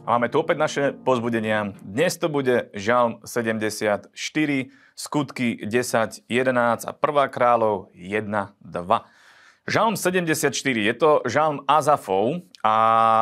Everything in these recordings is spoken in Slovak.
A máme tu opäť naše povzbudenia. Dnes to bude Žalm 74, Skutky 10, 11 a 1. kráľov 1, 2. Žalm 74, je to žalm Azafov a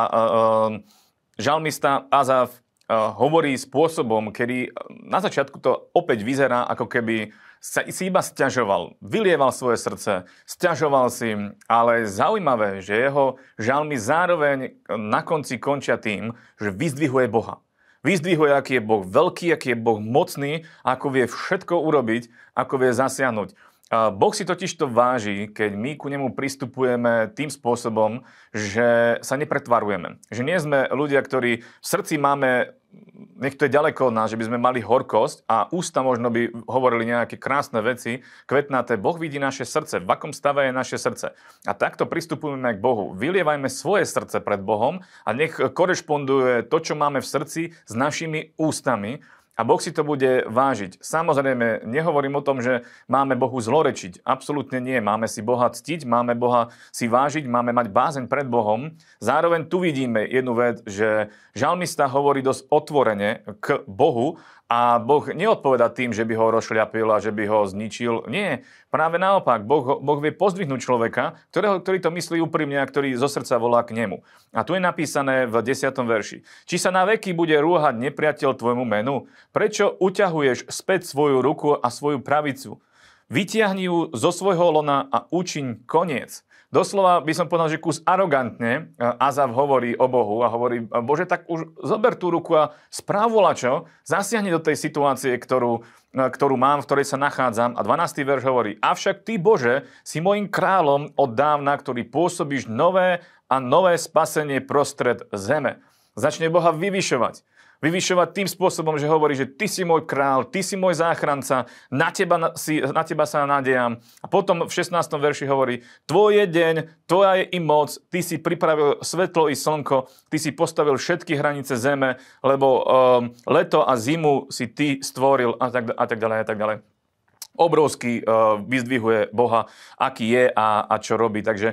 žalmista Azaf hovorí spôsobom, kedy na začiatku to opäť vyzerá, ako keby si iba sťažoval, vylieval svoje srdce, sťažoval si, ale zaujímavé, že jeho žalmy zároveň na konci končia tým, že vyzdvihuje Boha. Vyzdvihuje, aký je Boh veľký, aký je Boh mocný, ako vie všetko urobiť, ako vie zasiahnuť. Boh si totiž to váži, keď my ku nemu pristupujeme tým spôsobom, že sa nepretvarujeme. Že nie sme ľudia, ktorí v srdci máme, nech to je ďaleko od nás, že by sme mali horkosť a ústa možno by hovorili nejaké krásne veci, kvetnaté. Boh vidí naše srdce, v akom stave je naše srdce. A takto pristupujeme k Bohu. Vylievajme svoje srdce pred Bohom a nech korešponduje to, čo máme v srdci, s našimi ústami. A Boh si to bude vážiť. Samozrejme, nehovorím o tom, že máme Bohu zlorečiť. Absolútne nie. Máme si Boha ctiť, máme Boha si vážiť, máme mať bázeň pred Bohom. Zároveň tu vidíme jednu vec, že žalmista hovorí dosť otvorene k Bohu a Boh neodpoveda tým, že by ho rozšľapil a že by ho zničil. Nie, práve naopak. Boh vie pozdvihnúť človeka, ktorý to myslí úprimne a ktorý zo srdca volá k nemu. A tu je napísané v 10. verši. Či sa na veky bude rúhať nepriateľ tvojmu menu? Prečo uťahuješ späť svoju ruku a svoju pravicu? Vytiahni ju zo svojho lona a učiň koniec. Doslova by som povedal, že kus arogantne Azaf hovorí o Bohu a hovorí, Bože, tak už zober tú ruku a správ volačo, zasiahni do tej situácie, ktorú mám, v ktorej sa nachádzam. A 12. verš hovorí, avšak ty, Bože, si môjim kráľom od dávna, ktorý pôsobíš nové a nové spasenie prostred zeme. Začne Boha vyvyšovať. Vyvyšovať tým spôsobom, že hovorí, že ty si môj král, ty si môj záchranca, na teba sa nádejam. A potom v 16. verši hovorí, tvoj je deň, tvoja je i moc, ty si pripravil svetlo i slnko, ty si postavil všetky hranice zeme, lebo leto a zimu si ty stvoril a tak ďalej a tak ďalej. Obrovský vyzdvihuje Boha, aký je a čo robí. Takže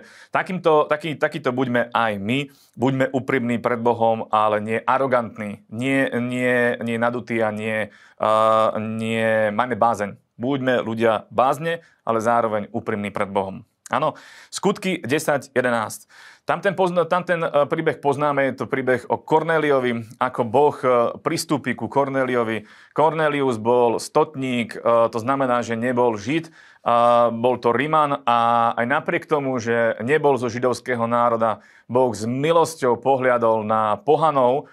takýto buďme aj my. Buďme úprimní pred Bohom, ale nie arogantní, nie nadutí a nie máme bázeň. Buďme ľudia bázne, ale zároveň úprimní pred Bohom. Áno, Skutky 10, 11. Tam ten príbeh poznáme, je to príbeh o Kornéliovi, ako Boh pristúpi ku Kornéliovi. Kornélius bol stotník, to znamená, že nebol Žid, bol to Riman a aj napriek tomu, že nebol zo židovského národa, Boh s milosťou pohliadol na pohanov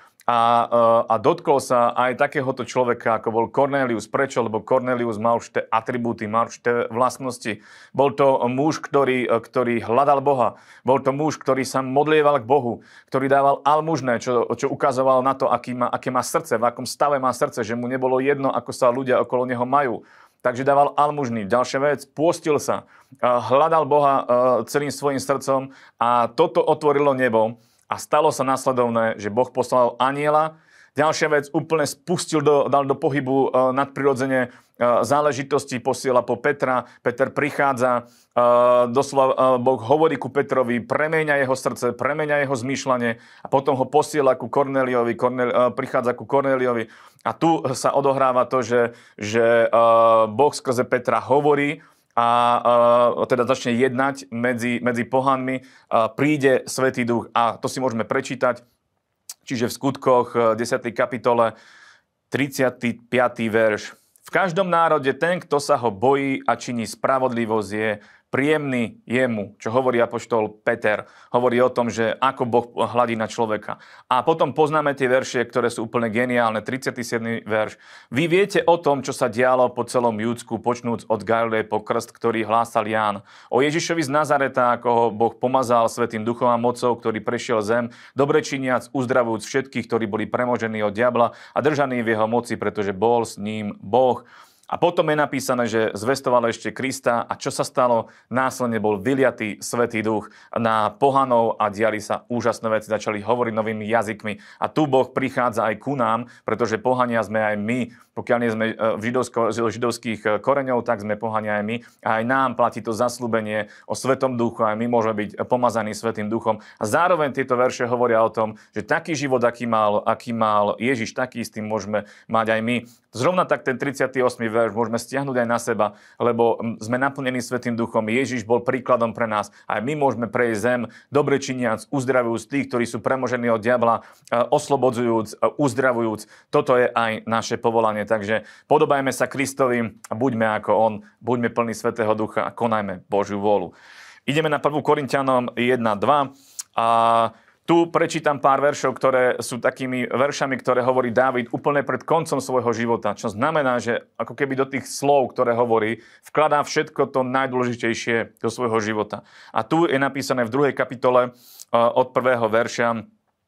a dotkol sa aj takéhoto človeka, ako bol Kornélius. Prečo? Lebo Kornélius mal určité atribúty, mal určité vlastnosti. Bol to muž, ktorý hľadal Boha. Bol to muž, ktorý sa modlieval k Bohu, ktorý dával almužné, čo ukazoval na to, aké má srdce, v akom stave má srdce, že mu nebolo jedno, ako sa ľudia okolo neho majú. Takže dával almužný. Ďalšia vec, pôstil sa, hľadal Boha celým svojim srdcom a toto otvorilo nebo. A stalo sa následovné, že Boh poslal anjela. Ďalšia vec, úplne dal do pohybu nadprirodzene záležitosti, posiela po Petra. Peter prichádza, doslova Boh hovorí ku Petrovi, premenia jeho srdce, premenia jeho zmýšľanie a potom ho posiela ku Kornéliovi, prichádza ku Kornéliovi. A tu sa odohráva to, že Boh skrze Petra hovorí, a teda začne jednať medzi pohanmi, príde Svätý Duch a to si môžeme prečítať, čiže v Skutkoch 10. kapitole 35. verš. V každom národe ten, kto sa ho bojí a činí spravodlivosť, je príjemný jemu, čo hovorí apoštol Peter. Hovorí o tom, že ako Boh hladí na človeka. A potom poznáme tie veršie, ktoré sú úplne geniálne. 37. verš. Vy viete o tom, čo sa dialo po celom Júdsku, počnúc od Galileje po krst, ktorý hlásal Ján. O Ježišovi z Nazareta, ako ho Boh pomazal Svätým Duchom a mocou, ktorý prešiel zem, dobrečiniac, uzdravujúc všetkých, ktorí boli premožení od diabla a držaní v jeho moci, pretože bol s ním Boh. A potom je napísané, že zvestoval ešte Krista a čo sa stalo? Následne bol vyliatý Svätý Duch na pohanov a diali sa úžasné veci, začali hovoriť novými jazykmi. A tu Boh prichádza aj ku nám, pretože pohania sme aj my, pokiaľ nie sme židovských koreňov, tak sme pohania aj my. A aj nám platí to zasľúbenie o Svetom Duchu, aj my môžeme byť pomazaní Svätým Duchom. A zároveň tieto verše hovoria o tom, že taký život, aký mal Ježiš, taký s tým môžeme mať aj my. Zrovna tak ten 38. verš môžeme stiahnuť aj na seba, lebo sme naplnení Svätým Duchom. Ježiš bol príkladom pre nás. Aj my môžeme prejsť zem, dobre činiac, uzdravujúc tých, ktorí sú premožení od diabla, oslobodzujúc, uzdravujúc. Toto je aj naše povolanie. Takže podobajme sa Kristovi a buďme ako on, buďme plní Svätého Ducha a konajme Božiu vôľu. Ideme na 1. Korinťanom 1.2 a tu prečítam pár veršov, ktoré sú takými veršami, ktoré hovorí Dávid úplne pred koncom svojho života. Čo znamená, že ako keby do tých slov, ktoré hovorí, vkladá všetko to najdôležitejšie do svojho života. A tu je napísané v 2. kapitole od 1. verša.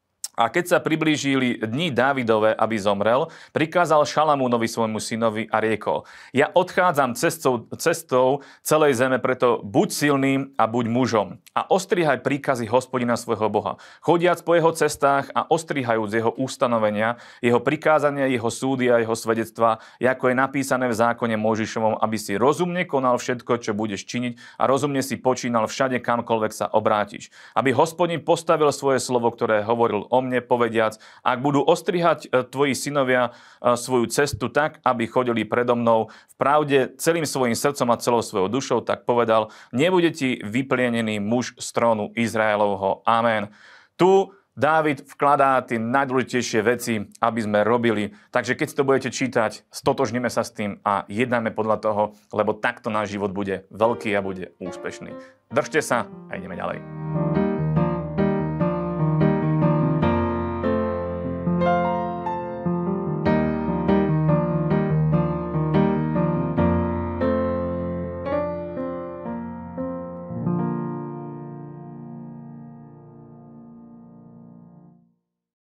A keď sa priblížili dni Dávidove, aby zomrel, prikázal Šalamúnovi svojmu synovi a riekol: Ja odchádzam cestou celej zeme, preto buď silným a buď mužom. A ostrihaj príkazy Hospodina svojho Boha. Chodiac po jeho cestách a ostrihajúc jeho ustanovenia, jeho prikázania, jeho súdy a jeho svedectvá, ako je napísané v zákone Mojžišovom, aby si rozumne konal všetko, čo budeš činiť a rozumne si počínal všade, kamkoľvek sa obrátiš. Aby Hospodin postavil svoje slovo, ktoré hovoril o mne, povediac: ak budú ostrihať tvoji synovia svoju cestu tak, aby chodili predo mnou v pravde celým svojim srdcom a celou svojou dušou, tak povedal: nebude ti vyplienený muž z trónu Izraelovho. Amen. Tu Dávid vkladá tie najdôležitejšie veci, aby sme robili. Takže keď si to budete čítať, stotožníme sa s tým a jednáme podľa toho, lebo takto náš život bude veľký a bude úspešný. Držte sa a ideme ďalej.